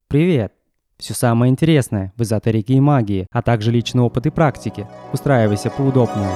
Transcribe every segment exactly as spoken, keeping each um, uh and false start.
Привет! Все самое интересное в эзотерике и магии, а также личный опыт и практики. Устраивайся поудобнее.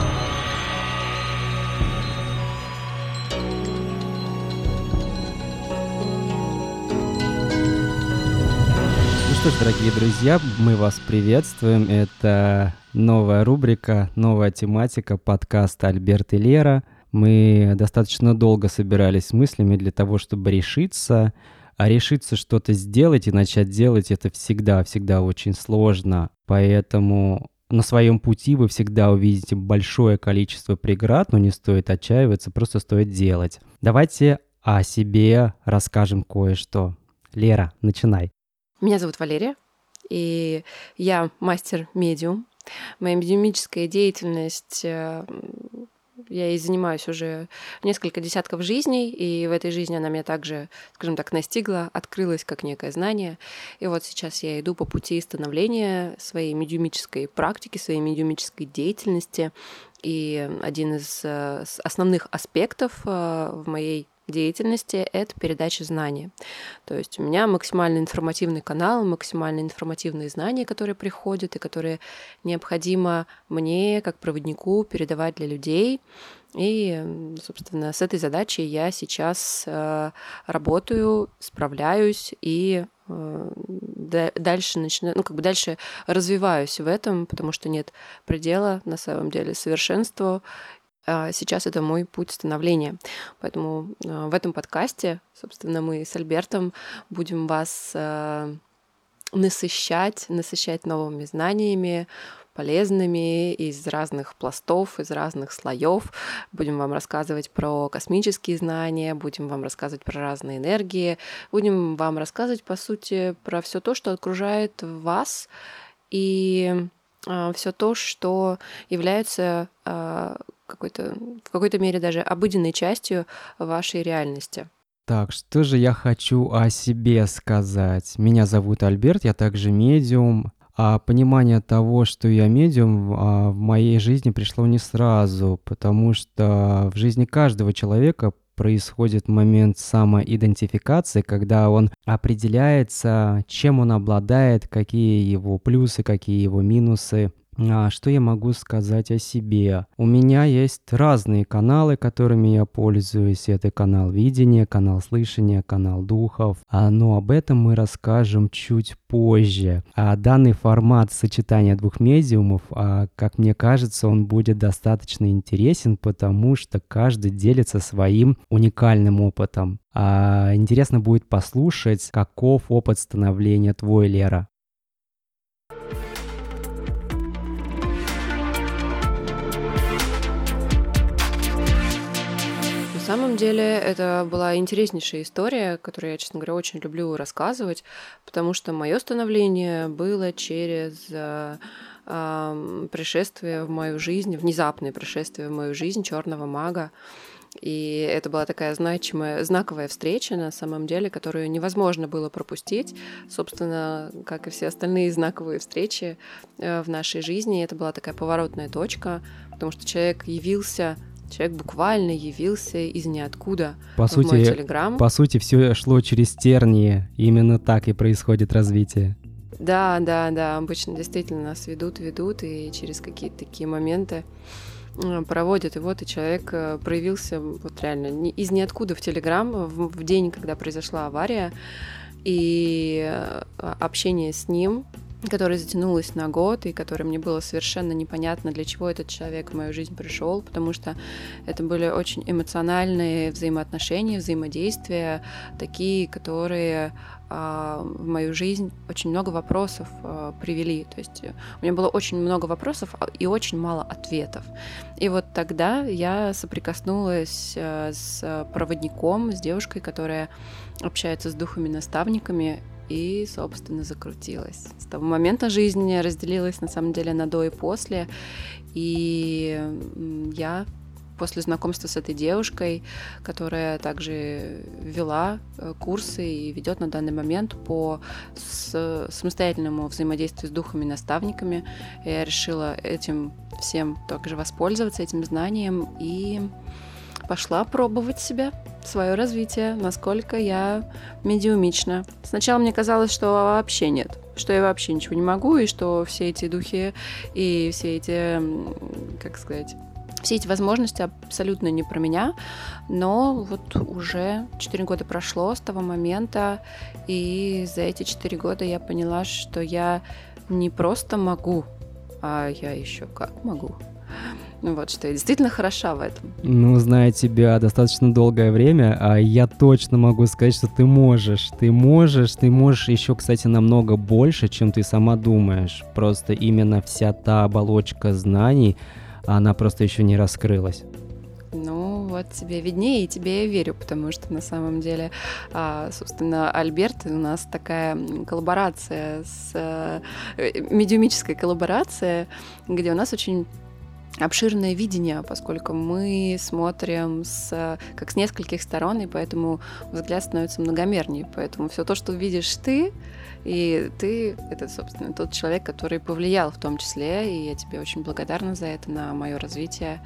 Ну что ж, дорогие друзья, мы вас приветствуем. Это новая рубрика, новая тематика подкаста «Альберт и Лера». Мы достаточно долго собирались с мыслями для того, чтобы решиться. А решиться что-то сделать и начать делать — это всегда-всегда очень сложно. Поэтому на своем пути вы всегда увидите большое количество преград, но не стоит отчаиваться, просто стоит делать. Давайте о себе расскажем кое-что. Лера, начинай. Меня зовут Валерия, и я мастер-медиум. Моя медиумическая деятельность... Я ей занимаюсь уже несколько десятков жизней, и в этой жизни она меня также, скажем так, настигла, открылась как некое знание. И вот сейчас я иду по пути становления своей медиумической практики, своей медиумической деятельности. И один из основных аспектов в моей деятельности — это передача знаний. То есть у меня максимально информативный канал, максимально информативные знания, которые приходят и которые необходимо мне, как проводнику, передавать для людей. И, собственно, с этой задачей я сейчас э, работаю, справляюсь и э, дальше начинаю, ну, как бы дальше развиваюсь в этом, потому что нет предела, на самом деле, совершенству. Сейчас это мой путь становления. Поэтому в этом подкасте, собственно, мы с Альбертом будем вас насыщать, насыщать новыми знаниями, полезными из разных пластов, из разных слоев. Будем вам рассказывать про космические знания, будем вам рассказывать про разные энергии, будем вам рассказывать, по сути, про все то, что окружает вас, и все то, что является какой-то, в какой-то мере даже обыденной частью вашей реальности. Так, что же я хочу о себе сказать? Меня зовут Альберт, я также медиум. А понимание того, что я медиум, в моей жизни пришло не сразу, потому что в жизни каждого человека происходит момент самоидентификации, когда он определяется, чем он обладает, какие его плюсы, какие его минусы. А что я могу сказать о себе? У меня есть разные каналы, которыми я пользуюсь. Это канал видения, канал слышания, канал духов. А, но об этом мы расскажем чуть позже. А данный формат сочетания двух медиумов, а, как мне кажется, он будет достаточно интересен, потому что каждый делится своим уникальным опытом. А, интересно будет послушать, каков опыт становления твой, Лера. На самом деле это была интереснейшая история, которую я, честно говоря, очень люблю рассказывать, потому что мое становление было через э, э, пришествие в мою жизнь, внезапное пришествие в мою жизнь черного мага. И это была такая значимая, знаковая встреча, на самом деле, которую невозможно было пропустить. Собственно, как и все остальные знаковые встречи э, в нашей жизни, это была такая поворотная точка, потому что человек явился... Человек буквально явился из ниоткуда по в сути, мой Телеграм. По сути, все шло через тернии. Именно так и происходит развитие. Да, да, да. Обычно действительно нас ведут, ведут, и через какие-то такие моменты проводят. И вот и человек проявился вот реально из ниоткуда в Телеграм в, в день, когда произошла авария. И общение с ним, которая затянулась на год, и которое мне было совершенно непонятно, для чего этот человек в мою жизнь пришел, потому что это были очень эмоциональные взаимоотношения, взаимодействия, такие, которые э, в мою жизнь очень много вопросов э, привели. То есть у меня было очень много вопросов и очень мало ответов. И вот тогда я соприкоснулась э, с проводником, с девушкой, которая общается с духами-наставниками, и, собственно, закрутилась. С того момента жизнь разделилась, на самом деле, на до и после. И я после знакомства с этой девушкой, которая также вела курсы и ведет на данный момент по самостоятельному взаимодействию с духами-наставниками, я решила этим всем также воспользоваться, этим знанием, и пошла пробовать себя. свое развитие, насколько я медиумична. Сначала мне казалось, что вообще нет, что я вообще ничего не могу, и что все эти духи и все эти, как сказать, все эти возможности абсолютно не про меня, но вот уже четыре года прошло с того момента, и за эти четыре года я поняла, что я не просто могу, а я еще как могу. Ну вот, что я действительно хороша в этом. Ну, зная тебя достаточно долгое время, а я точно могу сказать, что ты можешь. Ты можешь, ты можешь еще, кстати, намного больше, чем ты сама думаешь. Просто именно вся та оболочка знаний, она просто еще не раскрылась. Ну, вот тебе виднее, и тебе я верю, потому что на самом деле, собственно, Альберт, у нас такая коллаборация, с медиумическая коллаборация, где у нас очень обширное видение, поскольку мы смотрим с, как с нескольких сторон, и поэтому взгляд становится многомернее. Поэтому все то, что видишь ты, и ты — это, собственно, тот человек, который повлиял в том числе, и я тебе очень благодарна за это, на мое развитие,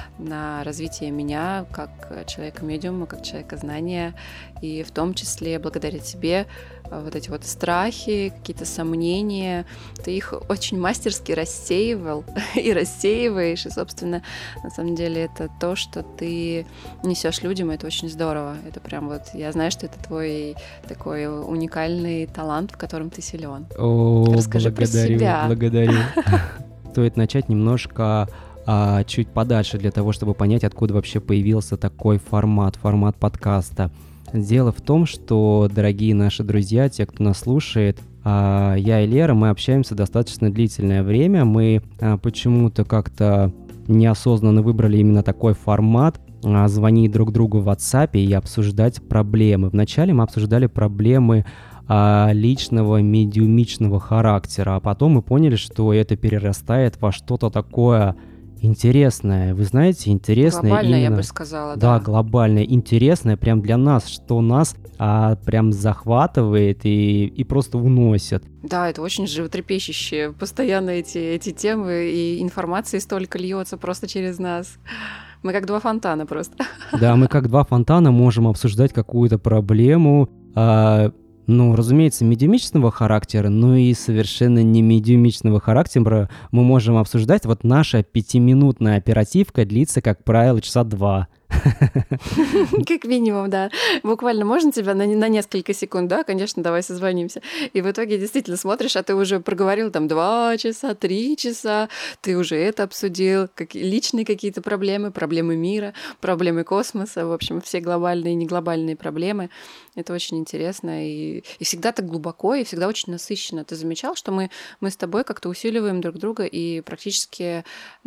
на развитие меня как человека-медиума, как человека знания, и в том числе благодаря тебе вот эти вот страхи, какие-то сомнения, ты их очень мастерски рассеивал и рассеиваешь, и, собственно, на самом деле это то, что ты несешь людям, и это очень здорово. Это прям вот, я знаю, что это твой такой уникальный талант, в котором ты силен. О, Расскажи благодарю, про себя. Благодарю. Стоит начать немножко а, чуть подальше для того, чтобы понять, откуда вообще появился такой формат, формат подкаста. Дело в том, что, дорогие наши друзья, те, кто нас слушает, а, я и Лера, мы общаемся достаточно длительное время. Мы а, почему-то как-то неосознанно выбрали именно такой формат, а, звонить друг другу в WhatsApp и обсуждать проблемы. Вначале мы обсуждали проблемы а, личного медиумичного характера, а потом мы поняли, что это перерастает во что-то такое интересное. Вы знаете, интересное глобальное, именно... я бы сказала, да. Да, глобальное, интересное прям для нас, что нас а, прям захватывает и, и просто уносит. Да, это очень животрепещущее. Постоянно эти, эти темы и информации столько льется просто через нас. Мы как два фонтана просто. Да, мы как два фонтана можем обсуждать какую-то проблему, а, ну, разумеется, медиумичного характера, но и совершенно не медиумичного характера мы можем обсуждать. Вот наша пятиминутная оперативка длится, как правило, часа два. Как минимум, да. Буквально можно тебя на, на несколько секунд, да, конечно, давай созвонимся. И в итоге действительно смотришь, а ты уже проговорил там два часа, три часа, ты уже это обсудил, как, личные какие-то проблемы, проблемы мира, проблемы космоса, в общем, все глобальные и неглобальные проблемы. Это очень интересно и, и всегда так глубоко, и всегда очень насыщенно. Ты замечал, что мы, мы с тобой как-то усиливаем друг друга и практически,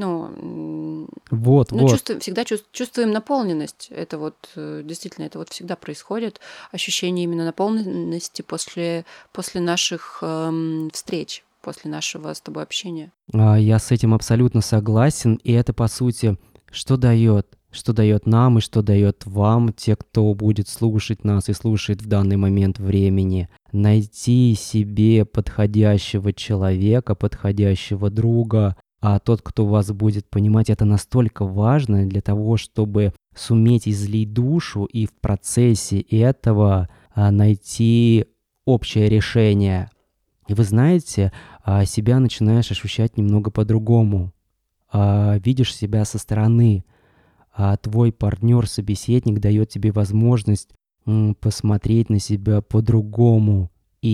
ну, вот, ну вот. чувствуем, всегда чувствуем наполненность. Это вот действительно, это вот всегда происходит. Ощущение именно наполненности после, после наших эм, встреч, после нашего с тобой общения. Я с этим абсолютно согласен, и это, по сути, что дает? Что дает нам и что дает вам, те, кто будет слушать нас и слушает в данный момент времени. Найти себе подходящего человека, подходящего друга, а тот, кто вас будет понимать, это настолько важно для того, чтобы суметь излить душу и в процессе этого а, найти общее решение. И вы знаете, а, себя начинаешь ощущать немного по-другому. А, видишь себя со стороны. А твой партнер, собеседник дает тебе возможность м, посмотреть на себя по-другому.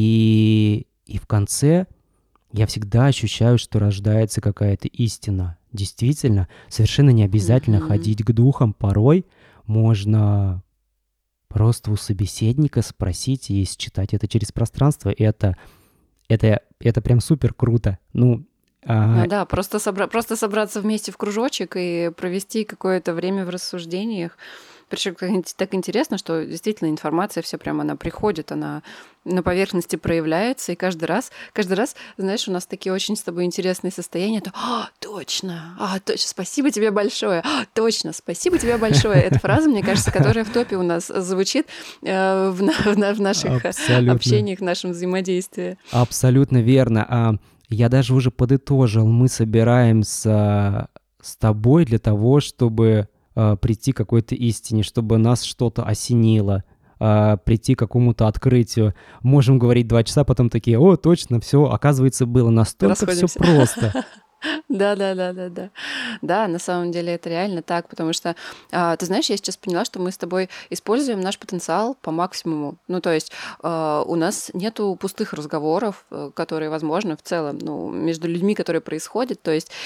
И, и в конце я всегда ощущаю, что рождается какая-то истина. Действительно, совершенно не обязательно mm-hmm. ходить к духам. Порой можно просто у собеседника спросить и считать это через пространство. Это, это, это прям супер круто. Ну, А... Ну да, просто, собра... просто собраться вместе в кружочек и провести какое-то время в рассуждениях. Причем так интересно, что действительно информация вся прямо она приходит, она на поверхности проявляется, и каждый раз, каждый раз, знаешь, у нас такие очень с тобой интересные состояния. То, а, точно, а, точно, спасибо тебе большое, а, точно, спасибо тебе большое. Эта фраза, мне кажется, которая в топе у нас звучит э, в, в, в наших Абсолютно. общениях, в нашем взаимодействии. Абсолютно верно. А я даже уже подытожил, мы собираемся с тобой для того, чтобы а, прийти к какой-то истине, чтобы нас что-то осенило, а, прийти к какому-то открытию. Можем говорить два часа, потом такие: о, точно, все, оказывается, было настолько все Расходимся. просто. Да, да, да, да, да. Да, на самом деле это реально так, потому что, а, ты знаешь, я сейчас поняла, что мы с тобой используем наш потенциал по максимуму. Ну, то есть а, у нас нету пустых разговоров, э, которые возможны в целом, ну, между людьми, которые происходят. То есть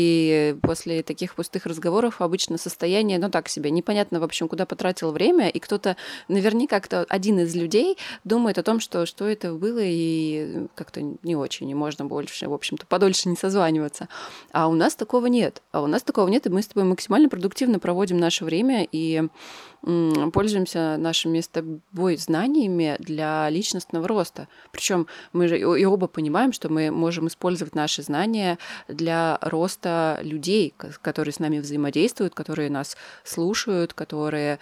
и после таких пустых разговоров обычно состояние, ну, так себе, непонятно, в общем, куда потратил время, и кто-то, наверняка, кто один из людей думает о том, что что это было, и как-то не очень, и можно больше, в общем-то, подольше не созваниваться. А у нас такого нет. А у нас такого нет, и мы с тобой максимально продуктивно проводим наше время и м, пользуемся нашими с тобой знаниями для личностного роста. Причем мы же и оба понимаем, что мы можем использовать наши знания для роста людей, ко- которые с нами взаимодействуют, которые нас слушают, которые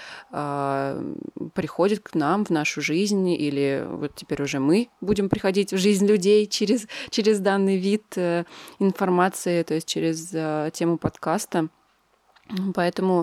а, приходят к нам в нашу жизнь, или вот теперь уже мы будем приходить в жизнь людей через, через данный вид э, информации, то есть через э, тему подкаста. Поэтому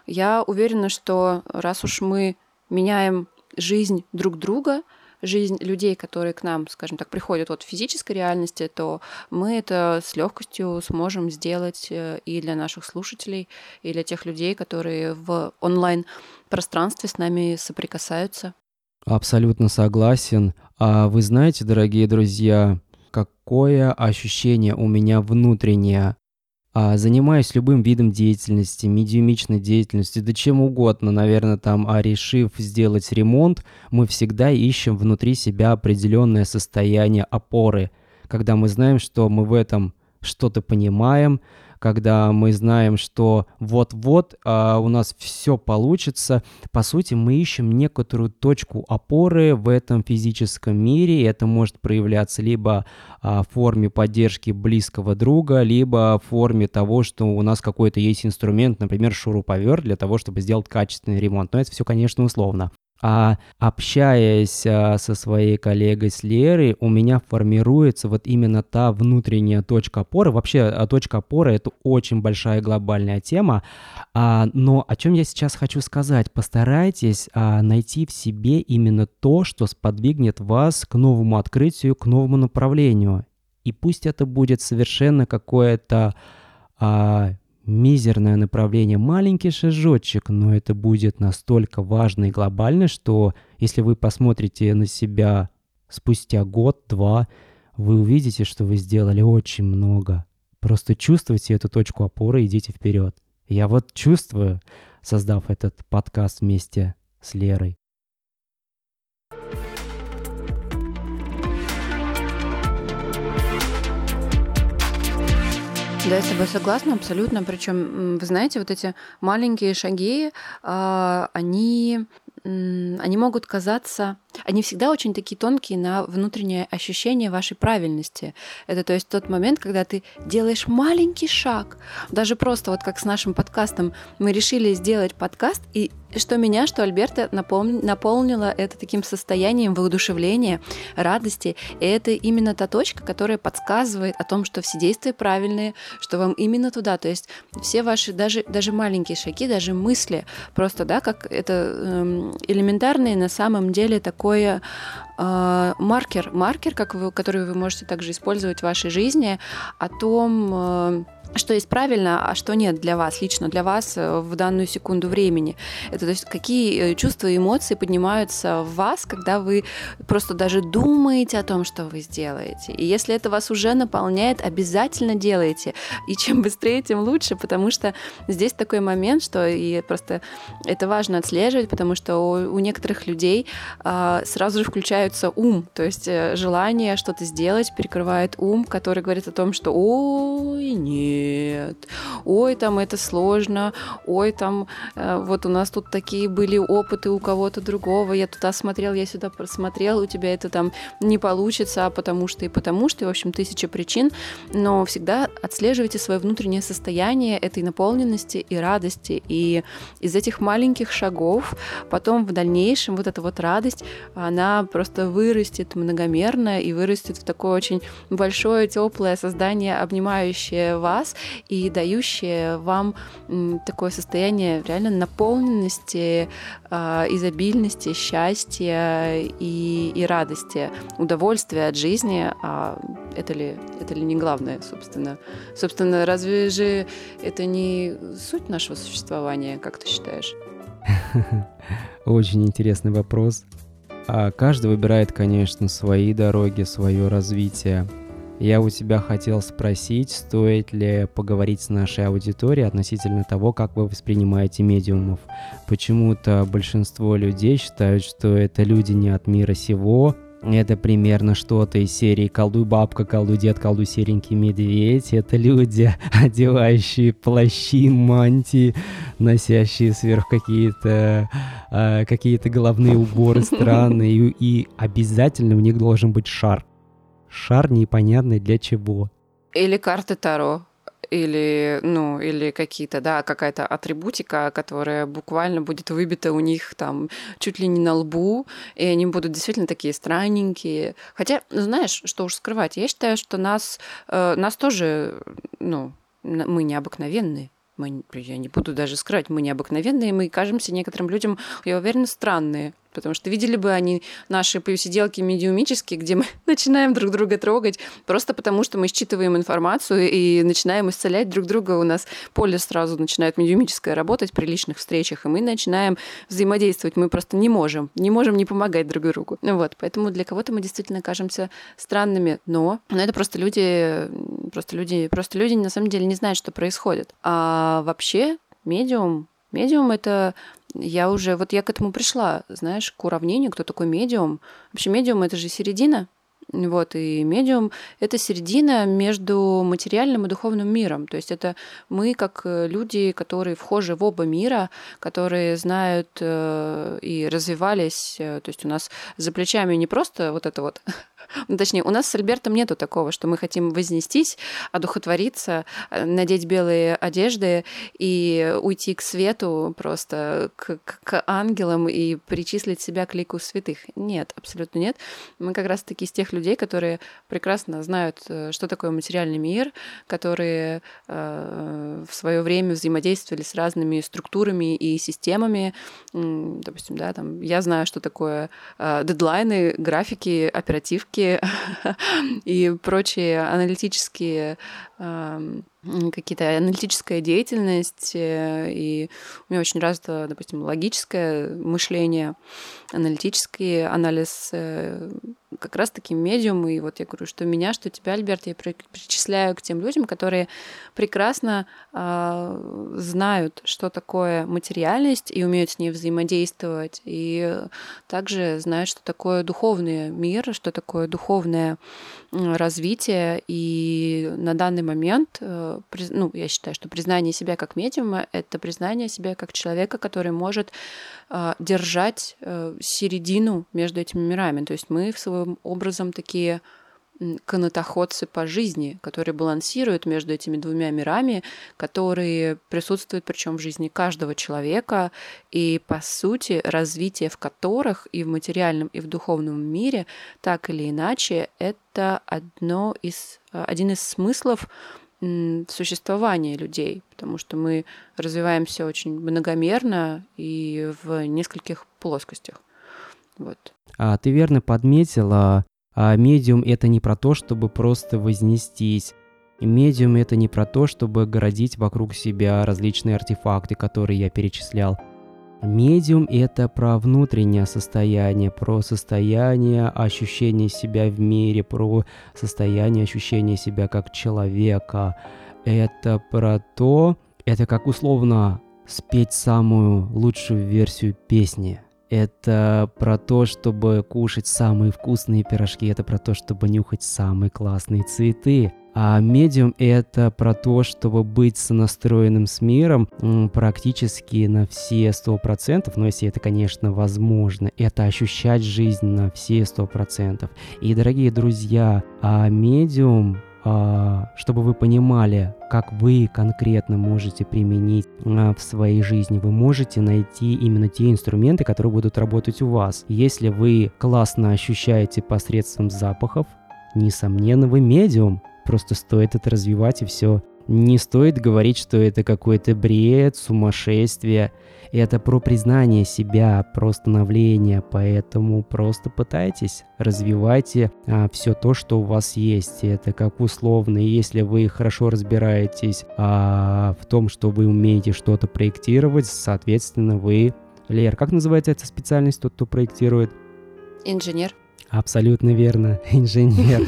я уверена, что раз уж мы меняем жизнь друг друга, жизнь людей, которые к нам, скажем так, приходят от физической реальности, то мы это с легкостью сможем сделать э, и для наших слушателей, и для тех людей, которые в онлайн-пространстве с нами соприкасаются. Абсолютно согласен. А вы знаете, дорогие друзья, какое ощущение у меня внутреннее? А, занимаюсь любым видом деятельности, медиумичной деятельностью, да чем угодно, наверное, там, а решив сделать ремонт, мы всегда ищем внутри себя определенное состояние опоры, когда мы знаем, что мы в этом что-то понимаем, когда мы знаем, что вот-вот а, у нас все получится. По сути, мы ищем некоторую точку опоры в этом физическом мире, и это может проявляться либо а, в форме поддержки близкого друга, либо в форме того, что у нас какой-то есть инструмент, например, шуруповерт для того, чтобы сделать качественный ремонт. Но это все, конечно, условно. А общаясь а, со своей коллегой, с Лерой, у меня формируется вот именно та внутренняя точка опоры. Вообще, а, точка опоры — это очень большая глобальная тема. А, но о чем я сейчас хочу сказать? Постарайтесь а, найти в себе именно то, что сподвигнет вас к новому открытию, к новому направлению. И пусть это будет совершенно какое-то а, мизерное направление, маленький шажочек, но это будет настолько важно и глобально, что если вы посмотрите на себя спустя год-два, вы увидите, что вы сделали очень много. Просто чувствуйте эту точку опоры, идите вперед. Я вот чувствую, создав этот подкаст вместе с Лерой. Да, я с тобой согласна абсолютно. Причем, вы знаете, вот эти маленькие шаги, а, они, м, они могут казаться, они всегда очень такие тонкие на внутреннее ощущение вашей правильности. Это, то есть, тот момент, когда ты делаешь маленький шаг, даже просто вот как с нашим подкастом, мы решили сделать подкаст, и что меня, что Альберта напом- наполнило это таким состоянием воодушевления, радости. И это именно та точка, которая подсказывает о том, что все действия правильные, что вам именно туда. То есть все ваши, даже, даже маленькие шаги, даже мысли, просто, да, как это эм, элементарный на самом деле такой э, маркер, маркер, как вы, который вы можете также использовать в вашей жизни, о том, э, что есть правильно, а что нет для вас, лично для вас в данную секунду времени. Это, то есть, какие чувства и эмоции поднимаются в вас, когда вы просто даже думаете о том, что вы сделаете. И если это вас уже наполняет, обязательно делайте. И чем быстрее, тем лучше, потому что здесь такой момент, что и просто это важно отслеживать, потому что у, у некоторых людей а, сразу же включается ум, то есть желание что-то сделать перекрывает ум, который говорит о том, что «Ой, нет, нет, ой, там это сложно, ой, там э, вот у нас тут такие были опыты у кого-то другого, я туда смотрел, я сюда просмотрел, у тебя это там не получится, а потому что и потому что, и, в общем, тысяча причин, но всегда отслеживайте свое внутреннее состояние этой наполненности и радости, и из этих маленьких шагов потом в дальнейшем вот эта вот радость, она просто вырастет многомерно и вырастет в такое очень большое, теплое создание, обнимающее вас, вас и дающее вам такое состояние реально наполненности, изобильности, счастья и, и радости, удовольствия от жизни. А это ли, это ли не главное, собственно? Собственно, разве же это не суть нашего существования, как ты считаешь? Очень интересный вопрос. А каждый выбирает, конечно, свои дороги, свое развитие. Я у тебя хотел спросить, стоит ли поговорить с нашей аудиторией относительно того, как вы воспринимаете медиумов. Почему-то большинство людей считают, что это люди не от мира сего. Это примерно что-то из серии «Колдуй бабка, колдуй дед, колдуй серенький медведь». Это люди, одевающие плащи, мантии, носящие сверху какие-то, э, какие-то головные уборы странные. И, и обязательно у них должен быть шар. Шар непонятный для чего. Или карты Таро. Или, ну, или какие-то, да, какая-то атрибутика, которая буквально будет выбита у них там чуть ли не на лбу, и они будут действительно такие странненькие. Хотя, знаешь, что уж скрывать, я считаю, что нас, э, нас тоже, ну, мы необыкновенные. Мы, я не буду даже скрывать, мы необыкновенные, мы кажемся некоторым людям, я уверена, странные. Потому что видели бы они наши посиделки медиумические, где мы начинаем друг друга трогать, просто потому что мы считываем информацию и начинаем исцелять друг друга. У нас поле сразу начинает медиумическое работать при личных встречах, и мы начинаем взаимодействовать. Мы просто не можем, не можем не помогать друг другу. Вот, поэтому для кого-то мы действительно кажемся странными, но, но это просто люди, просто люди, просто люди на самом деле не знают, что происходит. А вообще медиум, медиум — это... Я уже, вот я к этому пришла, знаешь, к уравнению, кто такой медиум. Вообще медиум — это же середина. Вот, и медиум — это середина между материальным и духовным миром. То есть это мы, как люди, которые вхожи в оба мира, которые знают э, и развивались. То есть у нас за плечами не просто вот это вот... Ну, точнее, у нас с Альбертом нету такого, что мы хотим вознестись, одухотвориться, надеть белые одежды и уйти к свету, просто к, к, к ангелам и причислить себя к лику святых. Нет, абсолютно нет. Мы как раз-таки из тех людей, которые прекрасно знают, что такое материальный мир, которые э, в свое время взаимодействовали с разными структурами и системами. Допустим, да, там, я знаю, что такое э, дедлайны, графики, оперативки, и прочие аналитические какие-то аналитическая деятельность, и у меня очень развито, допустим, логическое мышление, аналитический анализ, как раз-таки медиум. И вот я говорю, что меня, что тебя, Альберт, я причисляю к тем людям, которые прекрасно э, знают, что такое материальность, и умеют с ней взаимодействовать, и также знают, что такое духовный мир, что такое духовное развитие. И на данный момент, ну, я считаю, что признание себя как медиума — это признание себя как человека, который может держать середину между этими мирами. То есть мы своим образом такие канатоходцы по жизни, которые балансируют между этими двумя мирами, которые присутствуют причем в жизни каждого человека, и, по сути, развитие в которых и в материальном, и в духовном мире так или иначе это одно из, один из смыслов существования людей, потому что мы развиваемся очень многомерно и в нескольких плоскостях. Вот. А, ты верно подметила, а медиум — это не про то, чтобы просто вознестись. Медиум — это не про то, чтобы городить вокруг себя различные артефакты, которые я перечислял. Медиум — это про внутреннее состояние, про состояние ощущения себя в мире, про состояние ощущения себя как человека. Это про то, это как условно спеть самую лучшую версию песни. Это про то, чтобы кушать самые вкусные пирожки, это про то, чтобы нюхать самые классные цветы. А медиум — это про то, чтобы быть сонастроенным с миром м, практически на все сто процентов, но если это, конечно, возможно, это ощущать жизнь на все сто процентов. И, дорогие друзья, а медиум, а, чтобы вы понимали, как вы конкретно можете применить а, в своей жизни, вы можете найти именно те инструменты, которые будут работать у вас. Если вы классно ощущаете посредством запахов, несомненно, вы медиум. Просто стоит это развивать, и все Не стоит говорить, что это какой-то бред, сумасшествие. Это про признание себя, про становление, поэтому просто пытайтесь, развивайте а, все то, что у вас есть. Это как условно, если вы хорошо разбираетесь а, в том, что вы умеете что-то проектировать, соответственно, вы... Лер, как называется эта специальность, тот, кто проектирует? Инженер. Абсолютно верно, инженер.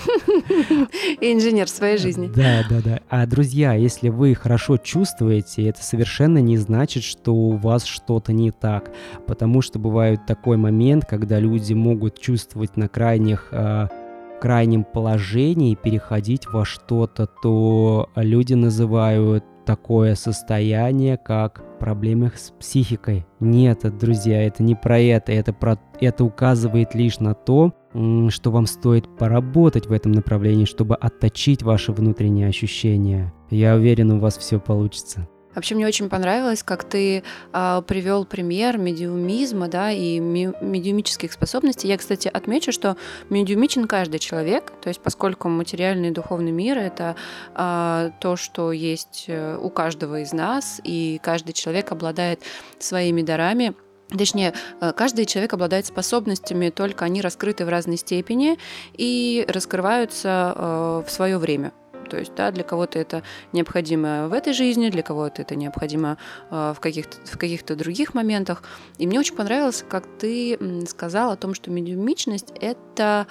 Инженер своей жизни. Да, да, да. А, друзья, если вы хорошо чувствуете, это совершенно не значит, что у вас что-то не так. Потому что бывает такой момент, когда люди могут чувствовать на крайних, э, крайнем положении, переходить во что-то, то люди называют такое состояние, как проблемы с психикой. Нет, друзья, это не про это. Это, про... это указывает лишь на то, что вам стоит поработать в этом направлении, чтобы отточить ваши внутренние ощущения. Я уверен, у вас все получится. Вообще мне очень понравилось, как ты э, привел пример медиумизма, да, и ми- медиумических способностей. Я, кстати, отмечу, что медиумичен каждый человек, то есть поскольку материальный и духовный мир — это э, то, что есть у каждого из нас, и каждый человек обладает своими дарами. Точнее, каждый человек обладает способностями, только они раскрыты в разной степени и раскрываются э, в свое время. То есть, да, для кого-то это необходимо в этой жизни, для кого-то это необходимо э, в, каких-то, в каких-то других моментах. И мне очень понравилось, как ты сказал о том, что медиумичность — это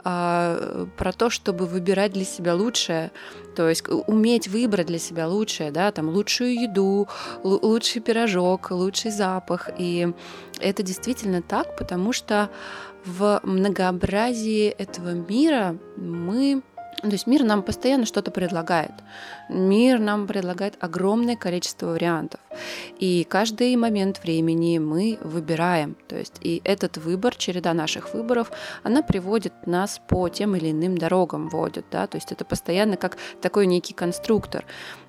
э, про то, чтобы выбирать для себя лучшее, то есть уметь выбрать для себя лучшее, да, там, лучшую еду, л- лучший пирожок, лучший запах. И это действительно так, потому что в многообразии этого мира мы... То есть мир нам постоянно что-то предлагает. Мир нам предлагает огромное количество вариантов. И каждый момент времени мы выбираем. То есть и этот выбор, череда наших выборов, она приводит нас по тем или иным дорогам, водит. Да? То есть это постоянно как такой некий конструктор.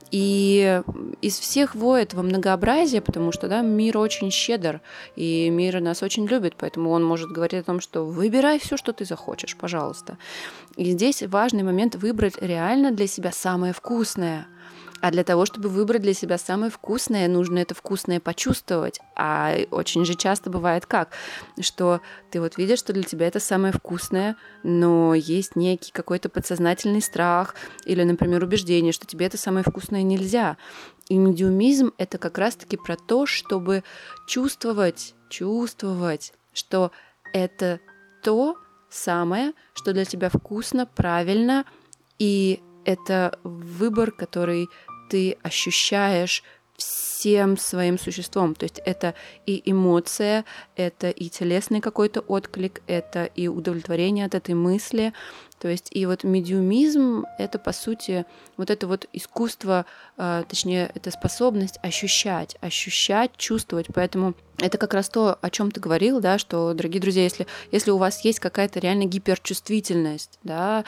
И из всех этого многообразия, потому что, да, мир очень щедр, и мир нас очень любит, поэтому он может говорить о том, что выбирай все, что ты захочешь, пожалуйста. И здесь важный момент выбрать реально для себя самое вкусное. А для того, чтобы выбрать для себя самое вкусное, нужно это вкусное почувствовать. А очень же часто бывает как, что ты вот видишь, что для тебя это самое вкусное, но есть некий какой-то подсознательный страх или, например, убеждение, что тебе это самое вкусное нельзя. И медиумизм — это как раз-таки про то, чтобы чувствовать, чувствовать, что это то самое, что для тебя вкусно, правильно, и это выбор, который ты ощущаешь всем своим существом. То есть это и эмоция, это и телесный какой-то отклик, это и удовлетворение от этой мысли. То есть и вот медиумизм — это, по сути, вот это вот искусство, точнее, это способность ощущать, ощущать, чувствовать. Поэтому это как раз то, о чем ты говорил, да, что, дорогие друзья, если, если у вас есть какая-то реально гиперчувствительность, да,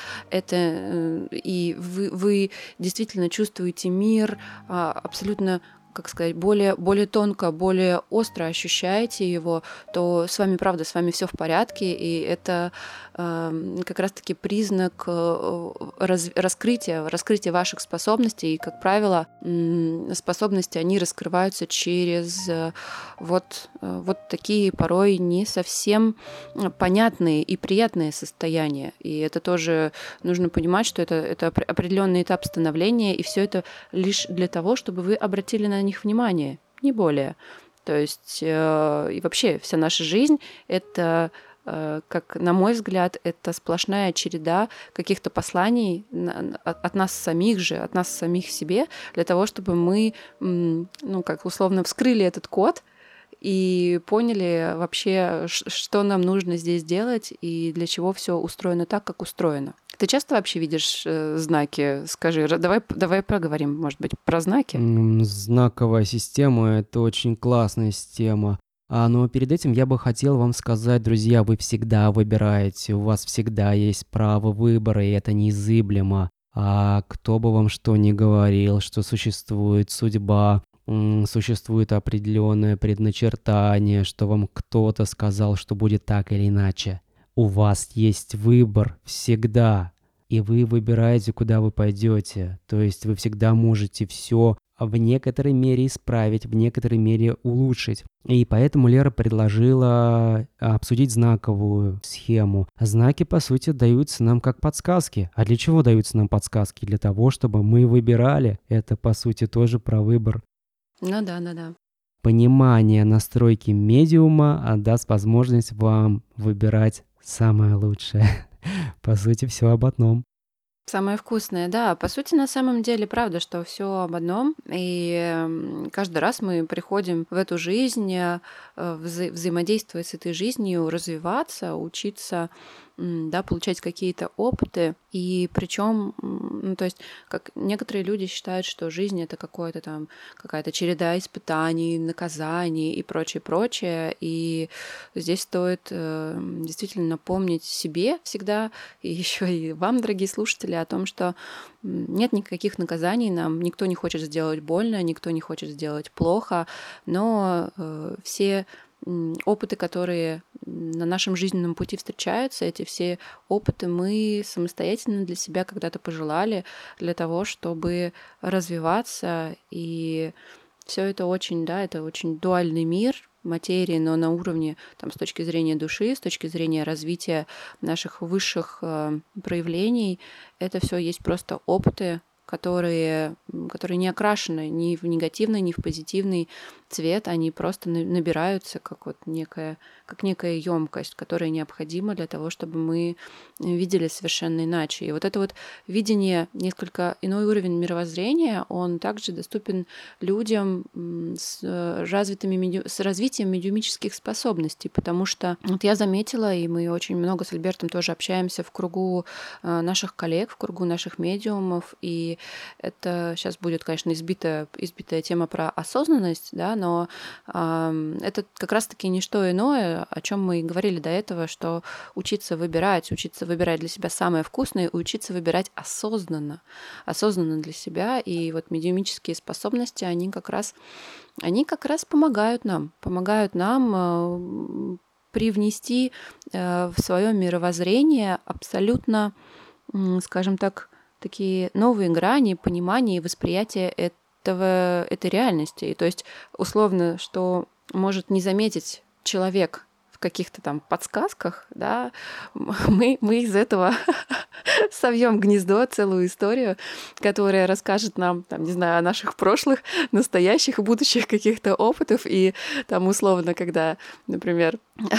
это и вы, вы действительно чувствуете мир абсолютно, как сказать, более, более тонко, более остро ощущаете его, то с вами, правда, с вами все в порядке, и это э, как раз-таки признак э, раз, раскрытия, раскрытия ваших способностей, и, как правило, э, способности, они раскрываются через э, вот, э, вот такие порой не совсем понятные и приятные состояния, и это тоже нужно понимать, что это, это определенный этап становления, и все это лишь для того, чтобы вы обратили на них внимание, не более. То есть э, и вообще вся наша жизнь — это, э, как на мой взгляд, это сплошная череда каких-то посланий на, от, от нас самих же, от нас самих себе, для того, чтобы мы, м, ну, как условно, вскрыли этот код и поняли вообще, что нам нужно здесь делать и для чего все устроено так, как устроено. Ты часто вообще видишь э, знаки? Скажи, давай, давай поговорим, может быть, про знаки. Знаковая система — это очень классная система. А, но перед этим я бы хотел вам сказать, друзья, вы всегда выбираете, у вас всегда есть право выбора, и это неизыблемо. А кто бы вам что ни говорил, что существует судьба, существует определенное предначертание, что вам кто-то сказал, что будет так или иначе. У вас есть выбор всегда. и вы выбираете, куда вы пойдете. То есть вы всегда можете все в некоторой мере исправить, в некоторой мере улучшить. И поэтому Лера предложила обсудить знаковую схему. Знаки, по сути, даются нам как подсказки. А для чего даются нам подсказки? Для того, чтобы мы выбирали. Это, по сути, тоже про выбор. Ну да, да, да. Понимание настройки медиума даст возможность вам выбирать самое лучшее. По сути, все об одном. Самое вкусное, да. По сути, на самом деле, правда, что все об одном. И каждый раз мы приходим в эту жизнь, вза- взаимодействовать с этой жизнью, развиваться, учиться, да, получать какие-то опыты. И причем, ну, то есть, как некоторые люди считают, что жизнь это какое-то там, какая-то череда испытаний, наказаний и прочее, прочее. И здесь стоит э, действительно напомнить себе всегда, и еще и вам, дорогие слушатели, о том, что нет никаких наказаний, нам никто не хочет сделать больно, никто не хочет сделать плохо, но э, все опыты, которые на нашем жизненном пути встречаются, эти все опыты мы самостоятельно для себя когда-то пожелали для того, чтобы развиваться. И все это очень, да, это очень дуальный мир материи, но на уровне там, с точки зрения души, с точки зрения развития наших высших э, проявлений, это все есть просто опыты, которые, которые не окрашены ни в негативный, ни в позитивный цвет, они просто набираются как вот некая, как некая емкость, которая необходима для того, чтобы мы видели совершенно иначе. И вот это вот видение, несколько иной уровень мировоззрения, он также доступен людям с развитыми, с развитием медиумических способностей, потому что вот я заметила, и мы очень много с Альбертом тоже общаемся в кругу наших коллег, в кругу наших медиумов, и это сейчас будет, конечно, избитая, избитая тема про осознанность, да, но э, это как раз-таки не что иное, о чем мы и говорили до этого, что учиться выбирать, учиться выбирать для себя самое вкусное, и учиться выбирать осознанно, осознанно для себя. И вот медиумические способности, они как раз, они как раз помогают нам, помогают нам э, привнести э, в свое мировоззрение абсолютно, э, скажем так, такие новые грани понимания и восприятия этого, этой реальности. И то есть, условно, что может не заметить человек в каких-то там подсказках, да, мы, мы из этого совьем гнездо, целую историю, которая расскажет нам, там, не знаю, о наших прошлых, настоящих и будущих каких-то опытов. И там условно, когда, например,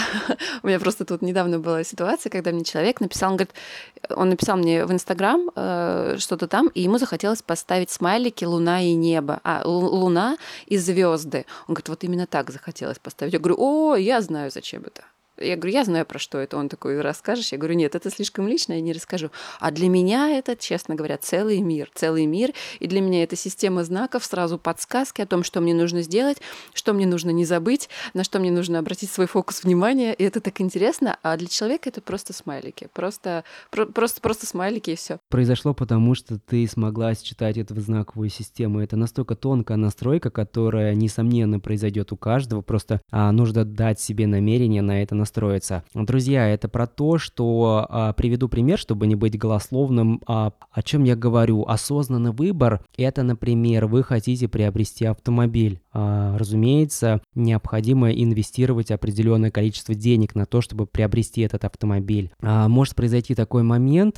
у меня просто тут недавно была ситуация, когда мне человек написал, он говорит, он написал мне в Инстаграм э, что-то там, и ему захотелось поставить смайлики «Луна и небо», а «Луна и звезды». Он говорит, вот именно так захотелось поставить. Я говорю, о, я знаю, зачем это. Я говорю, я знаю, про что это. Он такой, расскажешь? Я говорю, нет, это слишком лично, я не расскажу. А для меня это, честно говоря, целый мир, целый мир. И для меня это система знаков, сразу подсказки о том, что мне нужно сделать, что мне нужно не забыть, на что мне нужно обратить свой фокус внимания. И это так интересно. А для человека это просто смайлики. Просто, про, просто, просто смайлики и все. Произошло потому, что ты смогла считать эту знаковую систему. Это настолько тонкая настройка, которая, несомненно, произойдет у каждого. Просто а, нужно дать себе намерение на это настроиться. Друзья, это про то, что а, приведу пример, чтобы не быть голословным. А, о чем я говорю? Осознанный выбор – это, например, вы хотите приобрести автомобиль. А, разумеется, необходимо инвестировать определенное количество денег на то, чтобы приобрести этот автомобиль. А, может произойти такой момент,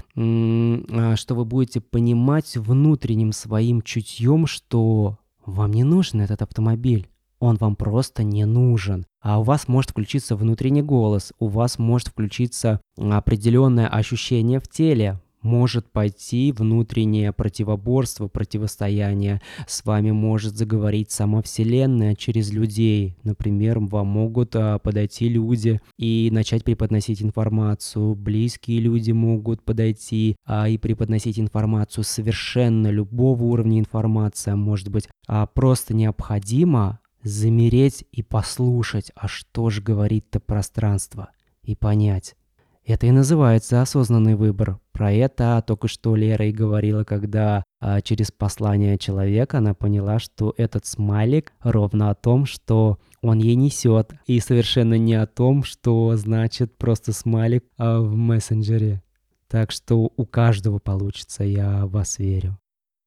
м- что вы будете понимать внутренним своим чутьем, что вам не нужен этот автомобиль. Он вам просто не нужен. А у вас может включиться внутренний голос, у вас может включиться определенное ощущение в теле, может пойти внутреннее противоборство, противостояние. С вами может заговорить сама Вселенная через людей. Например, вам могут а, подойти люди и начать преподносить информацию. Близкие люди могут подойти а, и преподносить информацию. Совершенно любого уровня информация может быть. А просто необходимо замереть и послушать, а что же говорит-то пространство, и понять. Это и называется осознанный выбор. Про это только что Лера и говорила, когда а, через послание человека она поняла, что этот смайлик ровно о том, что он ей несет, и совершенно не о том, что значит просто смайлик а, в мессенджере. Так что у каждого получится, я в вас верю.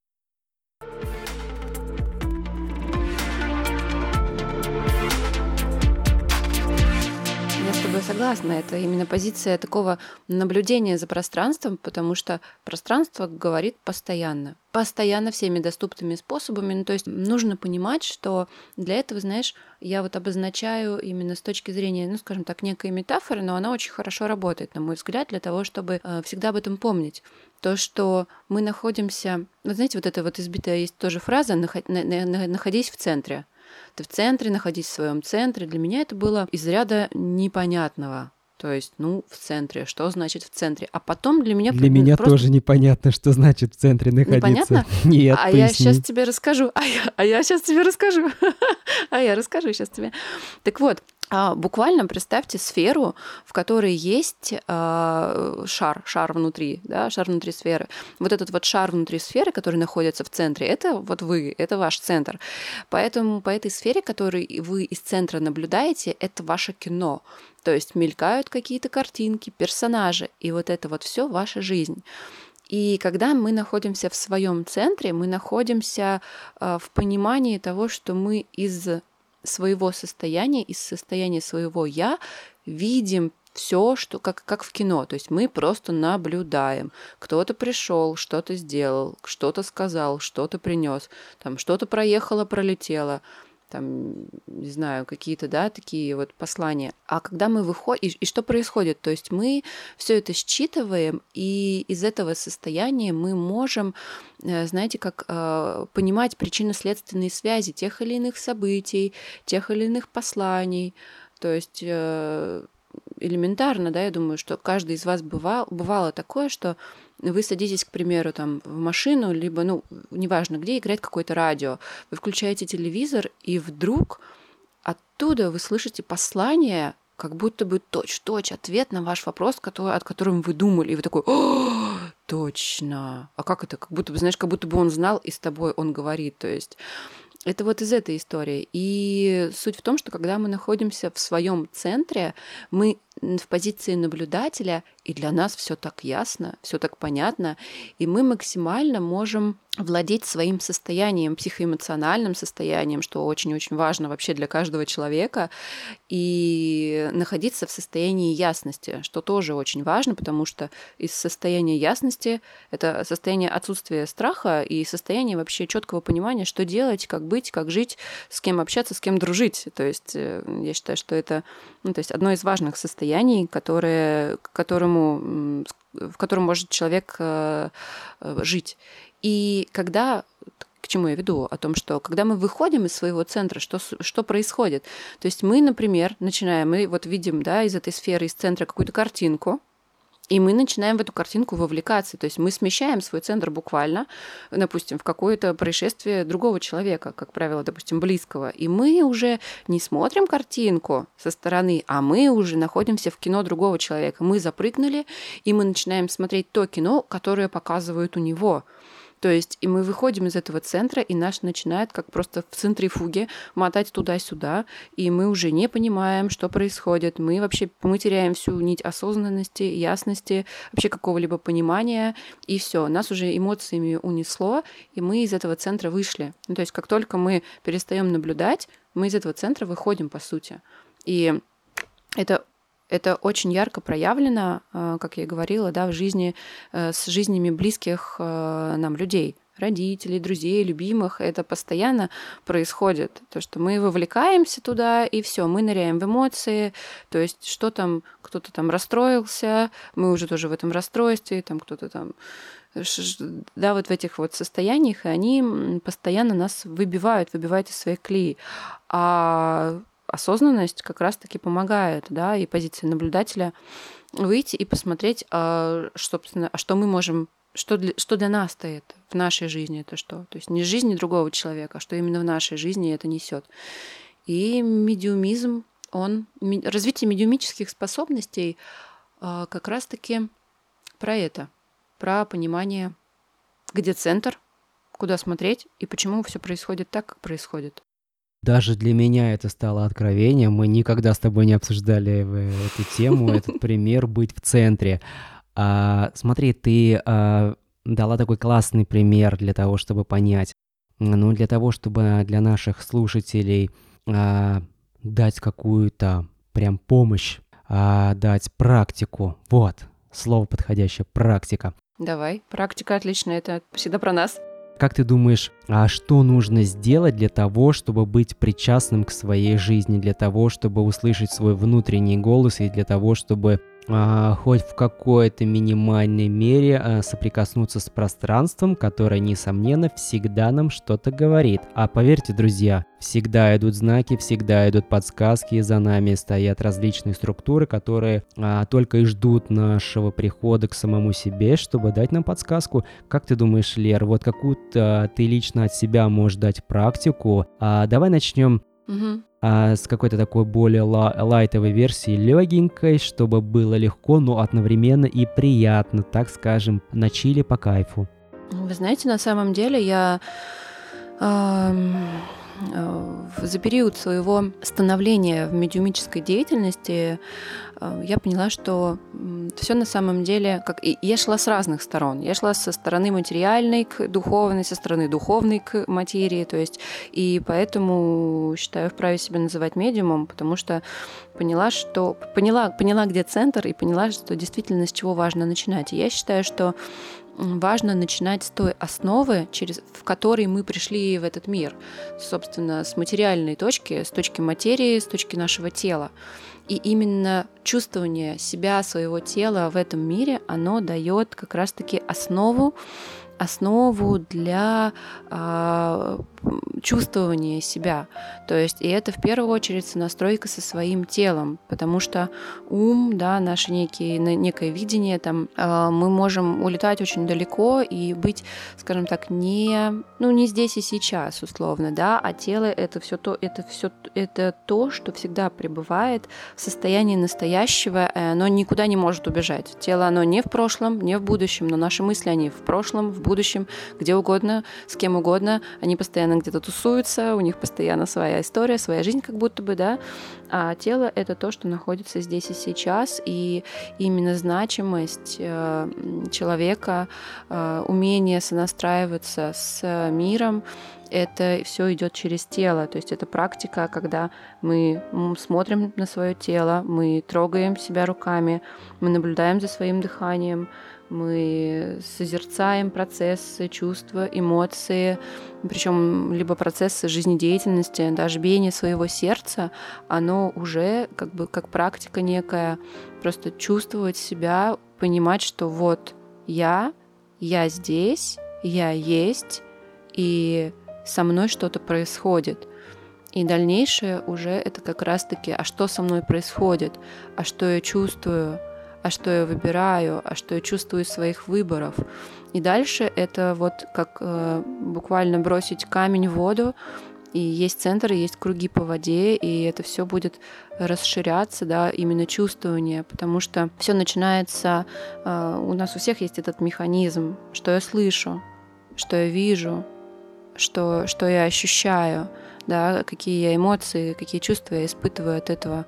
Я с тобой согласна. Это именно позиция такого наблюдения за пространством, потому что пространство говорит постоянно. Постоянно всеми доступными способами. Ну, то есть нужно понимать, что для этого, знаешь, я вот обозначаю именно с точки зрения, ну, скажем так, некой метафоры, но она очень хорошо работает, на мой взгляд, для того, чтобы э, всегда об этом помнить. То, что мы находимся... Вот знаете, вот эта вот избитая есть тоже фраза «наход- на- на- «находись в центре». Ты в центре, находись в своем центре. Для меня это было из ряда непонятного. То есть, ну, в центре. Что значит в центре? А потом для меня Для меня просто тоже непонятно, что значит в центре находиться. непонятно. Нет, А я сейчас поясни. тебе расскажу. А я, а я сейчас тебе расскажу. А я расскажу сейчас тебе. Так вот, а, буквально представьте сферу, в которой есть а, шар, шар внутри, да, шар внутри сферы. Вот этот вот шар внутри сферы, который находится в центре, это вот вы, это ваш центр. Поэтому по этой сфере, которую вы из центра наблюдаете, это ваше кино. То есть мелькают какие-то картинки, персонажи, и вот это вот все ваша жизнь. И когда мы находимся в своем центре, мы находимся а, в понимании того, что мы из своего состояния, из состояния своего «я» видим все, что как, как в кино. То есть мы просто наблюдаем. Кто-то пришел, что-то сделал, что-то сказал, что-то принес, там что-то проехало, пролетело, там, не знаю, какие-то, да, такие вот послания. А когда мы выходим, и, и что происходит? То есть мы все это считываем, и из этого состояния мы можем, знаете, как э, понимать причинно-следственные связи тех или иных событий, тех или иных посланий. То есть э, элементарно, да, я думаю, что каждый из вас бывал, бывало такое, что вы садитесь, к примеру, там, в машину, либо, ну, неважно где, играет какое-то радио, вы включаете телевизор, и вдруг оттуда вы слышите послание, как будто бы точь-в-точь ответ на ваш вопрос, который, от которого вы думали, и вы такой: «О, точно! А как это? Как будто бы, знаешь, как будто бы он знал, и с тобой он говорит». То есть это вот из этой истории. И суть в том, что когда мы находимся в своем центре, мы в позиции наблюдателя, и для нас все так ясно, все так понятно, и мы максимально можем владеть своим состоянием, психоэмоциональным состоянием, что очень-очень важно вообще для каждого человека, и находиться в состоянии ясности, что тоже очень важно, потому что из состояния ясности это состояние отсутствия страха и состояние вообще четкого понимания, что делать, как быть, как жить, с кем общаться, с кем дружить. То есть я считаю, что это, ну, то есть одно из важных состояний, которое, к которому, в котором может человек жить. И когда, к чему я веду, о том, что когда мы выходим из своего центра, что, что происходит? То есть мы, например, начинаем, мы вот видим, да, из этой сферы, из центра какую-то картинку, и мы начинаем в эту картинку вовлекаться. То есть мы смещаем свой центр буквально, допустим, в какое-то происшествие другого человека, как правило, допустим, близкого. И мы уже не смотрим картинку со стороны, а мы уже находимся в кино другого человека. Мы запрыгнули, и мы начинаем смотреть то кино, которое показывают у него. То есть и мы выходим из этого центра, и наш начинает как просто в центрифуге мотать туда-сюда, и мы уже не понимаем, что происходит. Мы вообще мы теряем всю нить осознанности, ясности, вообще какого-либо понимания, и все. Нас уже эмоциями унесло, и мы из этого центра вышли. Ну, то есть как только мы перестаем наблюдать, мы из этого центра выходим, по сути. И это Это очень ярко проявлено, как я и говорила, да, в жизни, с жизнями близких нам людей, родителей, друзей, любимых. Это постоянно происходит. То, что мы вовлекаемся туда, и все, мы ныряем в эмоции. То есть что там, кто-то там расстроился, мы уже тоже в этом расстройстве, там кто-то там... Да, вот в этих вот состояниях, и они постоянно нас выбивают, выбивают из своей колеи. А осознанность как раз-таки помогает, да, и позиция наблюдателя выйти и посмотреть, а, что, а что мы можем, что для, что для нас стоит в нашей жизни, это что. То есть не жизни другого человека, а что именно в нашей жизни это несет. И медиумизм, он, развитие медиумических способностей а, как раз-таки про это, про понимание, где центр, куда смотреть и почему все происходит так, как происходит. Даже для меня это стало откровением. Мы никогда с тобой не обсуждали эту тему, этот пример быть в центре. А, смотри, ты а, дала такой классный пример для того, чтобы понять. Ну, для того, чтобы для наших слушателей а, дать какую-то прям помощь, а, дать практику. Вот, слово подходящее, практика. Давай, практика отличная, это всегда про нас. Как ты думаешь, а что нужно сделать для того, чтобы быть причастным к своей жизни, для того, чтобы услышать свой внутренний голос и для того, чтобы а, хоть в какой-то минимальной мере а, соприкоснуться с пространством, которое, несомненно, всегда нам что-то говорит. А поверьте, друзья, всегда идут знаки, всегда идут подсказки, и за нами стоят различные структуры, которые а, только и ждут нашего прихода к самому себе, чтобы дать нам подсказку. Как ты думаешь, Лер, вот какую-то ты лично от себя можешь дать практику? А, давай начнем Угу. а, с какой-то такой более ла- лайтовой версии, легенькой, чтобы было легко, но одновременно и приятно, так скажем, на чиле по кайфу. Вы знаете, на самом деле я ам, э, за период своего становления в медиумической деятельности э, я поняла, что все на самом деле, как и я шла с разных сторон. Я шла со стороны материальной к духовной, со стороны духовной к материи, то есть, и поэтому считаю вправе себя называть медиумом, потому что поняла, что поняла, поняла, где центр, и поняла, что действительно с чего важно начинать. И я считаю, что важно начинать с той основы, через, в которой мы пришли в этот мир. Собственно, с материальной точки, с точки материи, с точки нашего тела. И именно чувствование себя, своего тела в этом мире, оно дает как раз-таки основу, основу для э, чувствования себя. То есть, и это в первую очередь сонастройка со своим телом, потому что ум, да, наше некие, некое видение, там, э, мы можем улетать очень далеко и быть, скажем так, не, ну, не здесь и сейчас, условно, да, а тело это все то, это все, это то, что всегда пребывает в состоянии настоящего, и оно никуда не может убежать. Тело, оно не в прошлом, не в будущем, но наши мысли, они в прошлом, в будущем, где угодно, с кем угодно, они постоянно где-то тусуются, у них постоянно своя история, своя жизнь как будто бы, да, а тело — это то, что находится здесь и сейчас, и именно значимость э, человека, э, умение сонастраиваться с миром, это все идет через тело, то есть это практика, когда мы смотрим на свое тело, мы трогаем себя руками, мы наблюдаем за своим дыханием, мы созерцаем процессы, чувства, эмоции, причем либо процессы жизнедеятельности, даже биение своего сердца, оно уже как бы как практика некая, просто чувствовать себя, понимать, что вот я, я здесь, я есть, и со мной что-то происходит. И дальнейшее уже это как раз-таки, а что со мной происходит, а что я чувствую, а что я выбираю, а что я чувствую из своих выборов. И дальше это вот как э, буквально бросить камень в воду, и есть центр, и есть круги по воде, и это все будет расширяться, да, именно чувствование, потому что все начинается, э, у нас у всех есть этот механизм, что я слышу, что я вижу, что, что я ощущаю, да, какие я эмоции, какие чувства я испытываю от этого.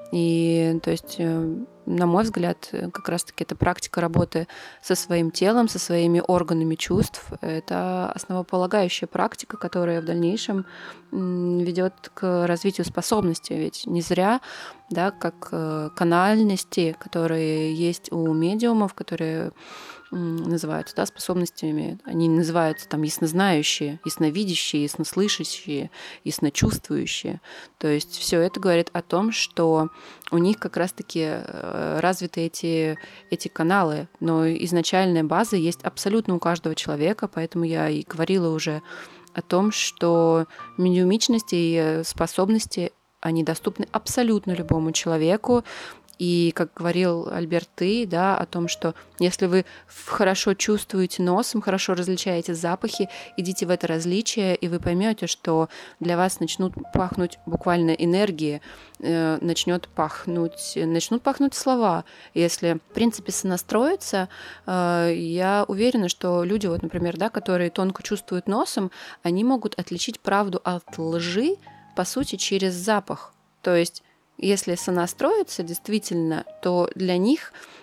И, то есть, на мой взгляд, как раз-таки эта практика работы со своим телом, со своими органами чувств, это основополагающая практика, которая в дальнейшем ведет к развитию способностей. Ведь не зря, да, как канальности, которые есть у медиумов, которые называются, да, способностями, они называются там яснознающие, ясновидящие, яснослышащие, ясночувствующие. То есть все это говорит о том, что у них как раз-таки развиты эти, эти каналы, но изначальная база есть абсолютно у каждого человека, поэтому я и говорила уже о том, что медиумичность и способности, они доступны абсолютно любому человеку. И, как говорил Альберт Ты, да, о том, что если вы хорошо чувствуете носом, хорошо различаете запахи, идите в это различие, и вы поймете, что для вас начнут пахнуть буквально энергии, э, начнет пахнуть, начнут пахнуть слова. Если, в принципе, сонастроиться, э, я уверена, что люди, вот, например, да, которые тонко чувствуют носом, они могут отличить правду от лжи, по сути, через запах. То есть если сонастроиться действительно, то для них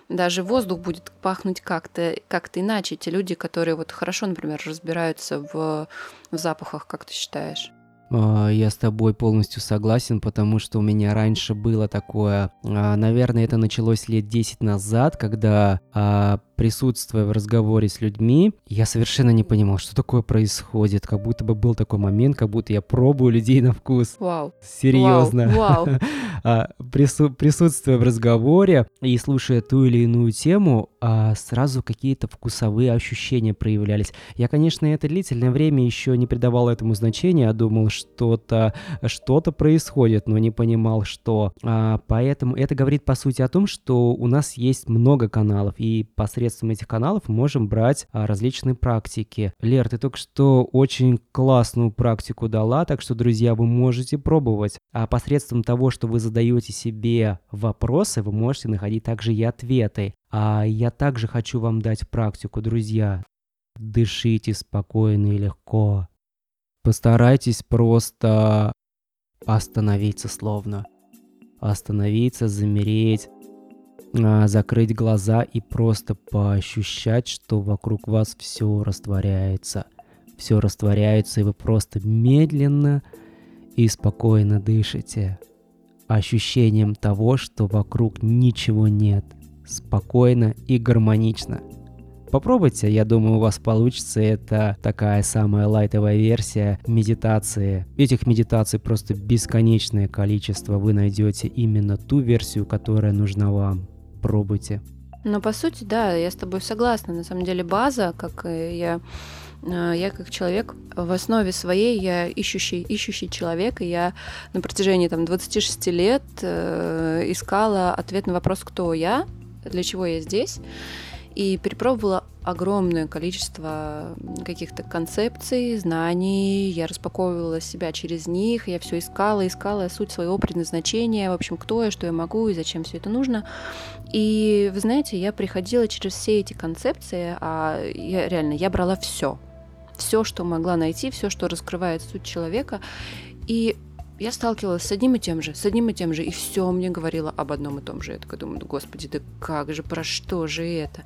даже воздух будет пахнуть как-то, как-то иначе. Те люди, которые вот хорошо, например, разбираются в, в запахах, как ты считаешь? Я с тобой полностью согласен, потому что у меня раньше было такое, наверное, это началось лет десять назад, когда, присутствуя в разговоре с людьми, я совершенно не понимал, что такое происходит, как будто бы был такой момент, как будто я пробую людей на вкус. Вау. Серьезно. Вау. Вау. Прису- присутствуя в разговоре и слушая ту или иную тему, сразу какие-то вкусовые ощущения проявлялись. Я, конечно, это длительное время еще не придавал этому значения, а думал, что-то, что-то происходит, но не понимал, что. А, поэтому это говорит, по сути, о том, что у нас есть много каналов, и посредством этих каналов мы можем брать а, различные практики. Лер, ты только что очень классную практику дала, так что, друзья, вы можете пробовать. А посредством того, что вы задаете себе вопросы, вы можете находить также и ответы. А я также хочу вам дать практику, друзья. Дышите спокойно и легко. Постарайтесь просто остановиться словно. Остановиться, замереть, закрыть глаза и просто поощущать, что вокруг вас все растворяется. Все растворяется, и вы просто медленно и спокойно дышите. Ощущением того, что вокруг ничего нет. Спокойно и гармонично. Попробуйте, я думаю, у вас получится. Это такая самая лайтовая версия медитации. Этих медитаций просто бесконечное количество. Вы найдете именно ту версию, которая нужна вам. Пробуйте. Ну, по сути, да, я с тобой согласна. На самом деле база, как я... Я как человек в основе своей, я ищущий, ищущий человек, и я на протяжении там, двадцати шести лет э, искала ответ на вопрос, кто я, для чего я здесь, и перепробовала огромное количество каких-то концепций, знаний, я распаковывала себя через них, я все искала, искала суть своего предназначения, в общем, кто я, что я могу и зачем все это нужно. И, вы знаете, я приходила через все эти концепции, а я реально, я брала все, все, что могла найти, все, что раскрывает суть человека, и я сталкивалась с одним и тем же, с одним и тем же, и все мне говорило об одном и том же. Я такая думаю, господи, да как же, про что же это?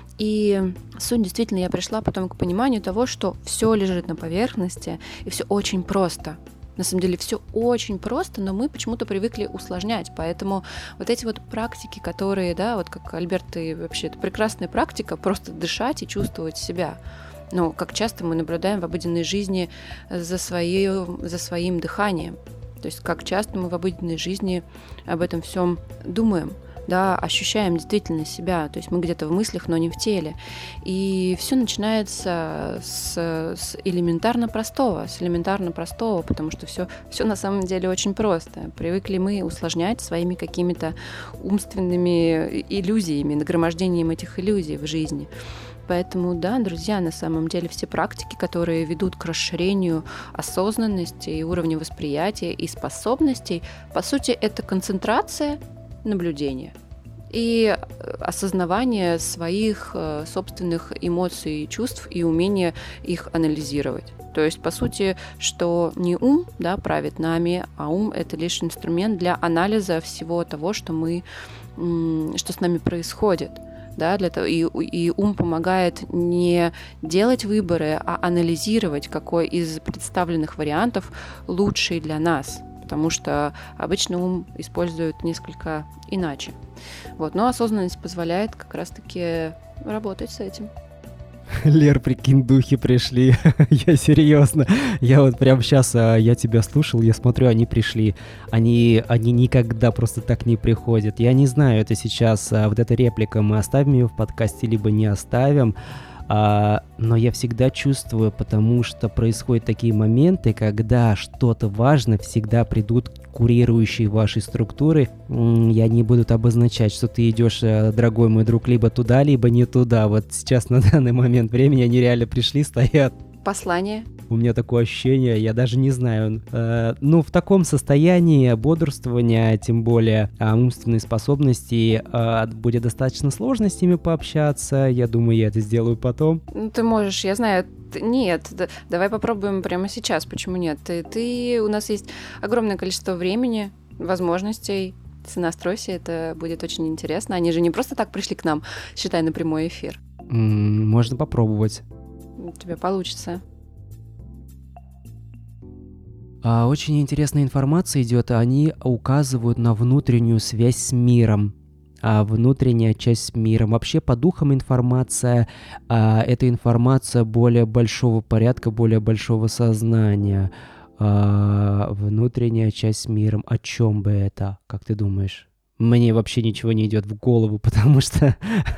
И суть действительно, я пришла потом к пониманию того, что все лежит на поверхности, и все очень просто. На самом деле все очень просто, но мы почему-то привыкли усложнять, поэтому вот эти вот практики, которые, да, вот как Альберт, ты вообще, это прекрасная практика, просто дышать и чувствовать себя. Но как часто мы наблюдаем в обыденной жизни за, свое, за своим дыханием. То есть как часто мы в обыденной жизни об этом всем думаем, да, ощущаем действительно себя. То есть мы где-то в мыслях, но не в теле. И все начинается с, с элементарно простого, с элементарно простого, потому что все, все на самом деле очень просто. Привыкли мы усложнять своими какими-то умственными иллюзиями, нагромождением этих иллюзий в жизни. Поэтому, да, друзья, на самом деле все практики, которые ведут к расширению осознанности и уровня восприятия и способностей, по сути, это концентрация наблюдения и осознавание своих собственных эмоций и чувств и умение их анализировать. То есть, по сути, что не ум, да, правит нами, а ум — это лишь инструмент для анализа всего того, что мы, что с нами происходит. Да, для того, и, и ум помогает не делать выборы, а анализировать, какой из представленных вариантов лучший для нас, потому что обычно ум использует несколько иначе. Вот. Но осознанность позволяет как раз-таки работать с этим. Лер, прикинь, духи пришли. Я серьезно. Я вот прямо сейчас, я тебя слушал, я смотрю, они пришли. Они, они никогда просто так не приходят. Я не знаю, это сейчас вот эта реплика, мы оставим ее в подкасте, либо не оставим. А, но я всегда чувствую, потому что происходят такие моменты, когда что-то важно, всегда придут курирующие ваши структуры, и они будут обозначать, что ты идешь, дорогой мой друг, либо туда, либо не туда. Вот сейчас на данный момент времени они реально пришли, стоят. Послание. У меня такое ощущение, я даже не знаю. Э, ну, в таком состоянии бодрствования, тем более э, умственной способности, э, будет достаточно сложно с ними пообщаться. Я думаю, я это сделаю потом. Ну, ты можешь, я знаю. Ты, нет, да, давай попробуем прямо сейчас. Почему нет? Ты, ты, у нас есть огромное количество времени, возможностей. Сонастройся, это будет очень интересно. Они же не просто так пришли к нам, считай, на прямой эфир. М, Можно попробовать. У тебя получится. А, Очень интересная информация идет, они указывают на внутреннюю связь с миром. А внутренняя часть с миром. Вообще по духам информация, а, это информация более большого порядка, более большого сознания. А, внутренняя часть с миром. О чем бы это, как ты думаешь? Мне вообще ничего не идет в голову, потому что...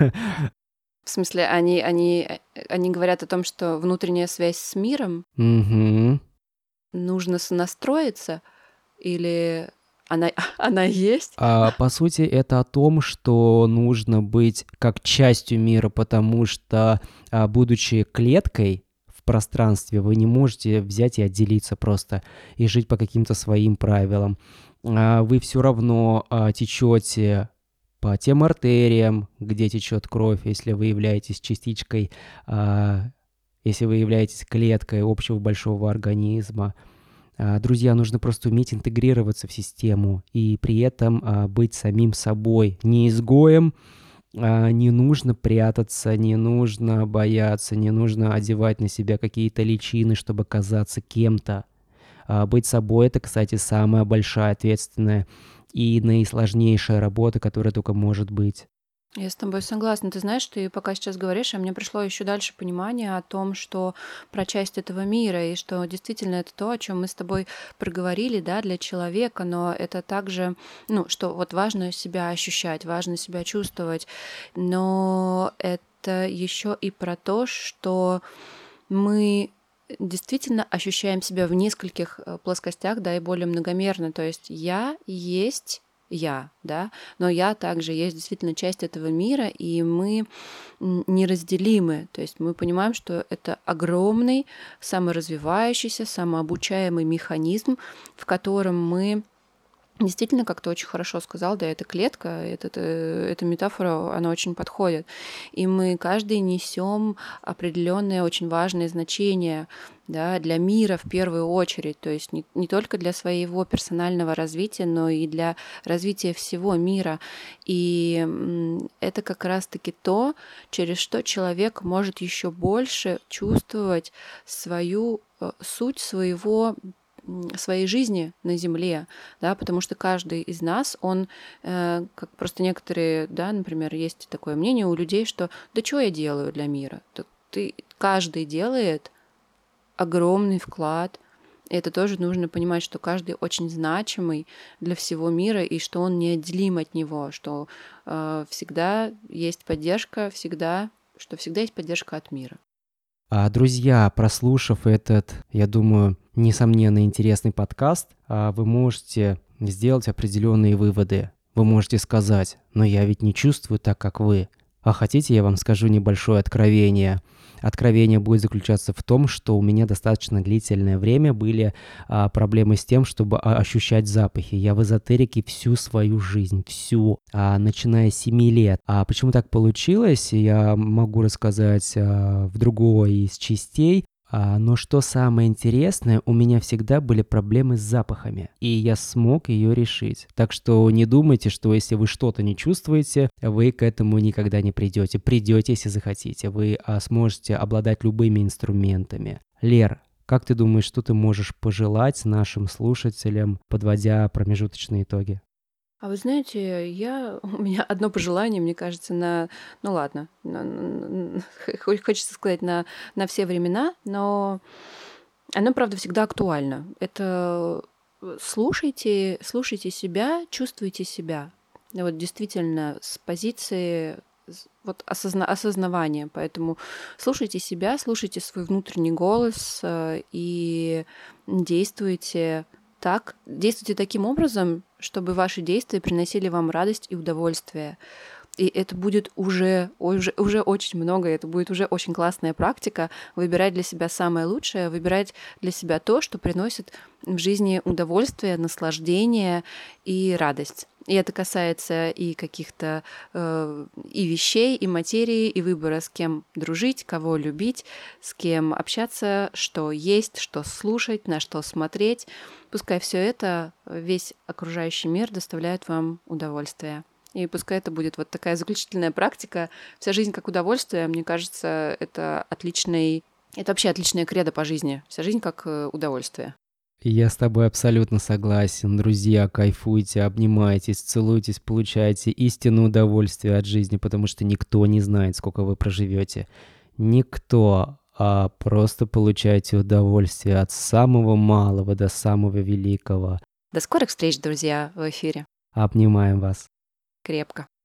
В смысле, они, они, они говорят о том, что внутренняя связь с миром, Мгм. нужно сонастроиться, или она, она есть? А, по сути, это о том, что нужно быть как частью мира, потому что, а, будучи клеткой в пространстве, вы не можете взять и отделиться просто и жить по каким-то своим правилам. А, Вы все равно а, течете по тем артериям, где течет кровь, если вы являетесь частичкой, а, если вы являетесь клеткой общего большого организма. А, Друзья, нужно просто уметь интегрироваться в систему и при этом а, быть самим собой, не изгоем. А, Не нужно прятаться, не нужно бояться, не нужно одевать на себя какие-то личины, чтобы казаться кем-то. А, Быть собой — это, кстати, самая большая, ответственная и наисложнейшая работа, которая только может быть. Я с тобой согласна. Ты знаешь, ты пока сейчас говоришь, а мне пришло еще дальше понимание о том, что про часть этого мира, и что действительно это то, о чем мы с тобой проговорили, да, для человека, но это также, ну, что вот важно себя ощущать, важно себя чувствовать, но это еще и про то, что мы действительно ощущаем себя в нескольких э, плоскостях, да, и более многомерно. То есть я есть я, да, но я также есть действительно часть этого мира, и мы м, неразделимы. То есть мы понимаем, что это огромный, саморазвивающийся, самообучаемый механизм, в котором мы действительно, как ты очень хорошо сказал, да, эта клетка, этот, э, эта метафора, она очень подходит. И мы каждый несем определенное очень важное значение, да, для мира в первую очередь, то есть не, не только для своего персонального развития, но и для развития всего мира. И м, это как раз-таки то, через что человек может еще больше чувствовать свою э, суть своего м, своей жизни на Земле, да, потому что каждый из нас, он, э, как просто некоторые, да, например, есть такое мнение у людей, что да что я делаю для мира? Так ты, каждый делает огромный вклад. И это тоже нужно понимать, что каждый очень значимый для всего мира, и что он неотделим от него, что э, всегда есть поддержка, всегда, что всегда есть поддержка от мира. А, Друзья, прослушав этот, я думаю, несомненно интересный подкаст, а, вы можете сделать определенные выводы. Вы можете сказать: но я ведь не чувствую так, как вы. А хотите, я вам скажу небольшое откровение? Откровение будет заключаться в том, что у меня достаточно длительное время были а, проблемы с тем, чтобы а, ощущать запахи. Я в эзотерике всю свою жизнь, всю, а, начиная с семи лет. А почему так получилось, я могу рассказать а, в другой из частей. А, но что самое интересное, у меня всегда были проблемы с запахами, и я смог ее решить. Так что не думайте, что если вы что-то не чувствуете, вы к этому никогда не придете. Придете, если захотите. Вы а, сможете обладать любыми инструментами. Лер, как ты думаешь, что ты можешь пожелать нашим слушателям, подводя промежуточные итоги? А вы знаете, я, у меня одно пожелание, мне кажется, на, ну ладно, на- на- на- хо- хочется сказать на, на все времена, но оно, правда, всегда актуально. Это э, слушайте, слушайте себя, чувствуйте себя. И вот действительно с позиции с- вот осозна- осознавания. Поэтому слушайте себя, слушайте свой внутренний голос э, и действуйте так, действуйте таким образом, чтобы ваши действия приносили вам радость и удовольствие. И это будет уже, уже, уже очень много, это будет уже очень классная практика выбирать для себя самое лучшее, выбирать для себя то, что приносит в жизни удовольствие, наслаждение и радость. И это касается и каких-то э, и вещей, и материи, и выбора, с кем дружить, кого любить, с кем общаться, что есть, что слушать, на что смотреть. Пускай все это, весь окружающий мир доставляет вам удовольствие. И пускай это будет вот такая заключительная практика. Вся жизнь как удовольствие, мне кажется, это отличный, это вообще отличная кредо по жизни. Вся жизнь как удовольствие. Я с тобой абсолютно согласен. Друзья, кайфуйте, обнимайтесь, целуйтесь, получайте истинное удовольствие от жизни, потому что никто не знает, сколько вы проживете. Никто, а просто получайте удовольствие от самого малого до самого великого. До скорых встреч, друзья, в эфире. Обнимаем вас. Крепко.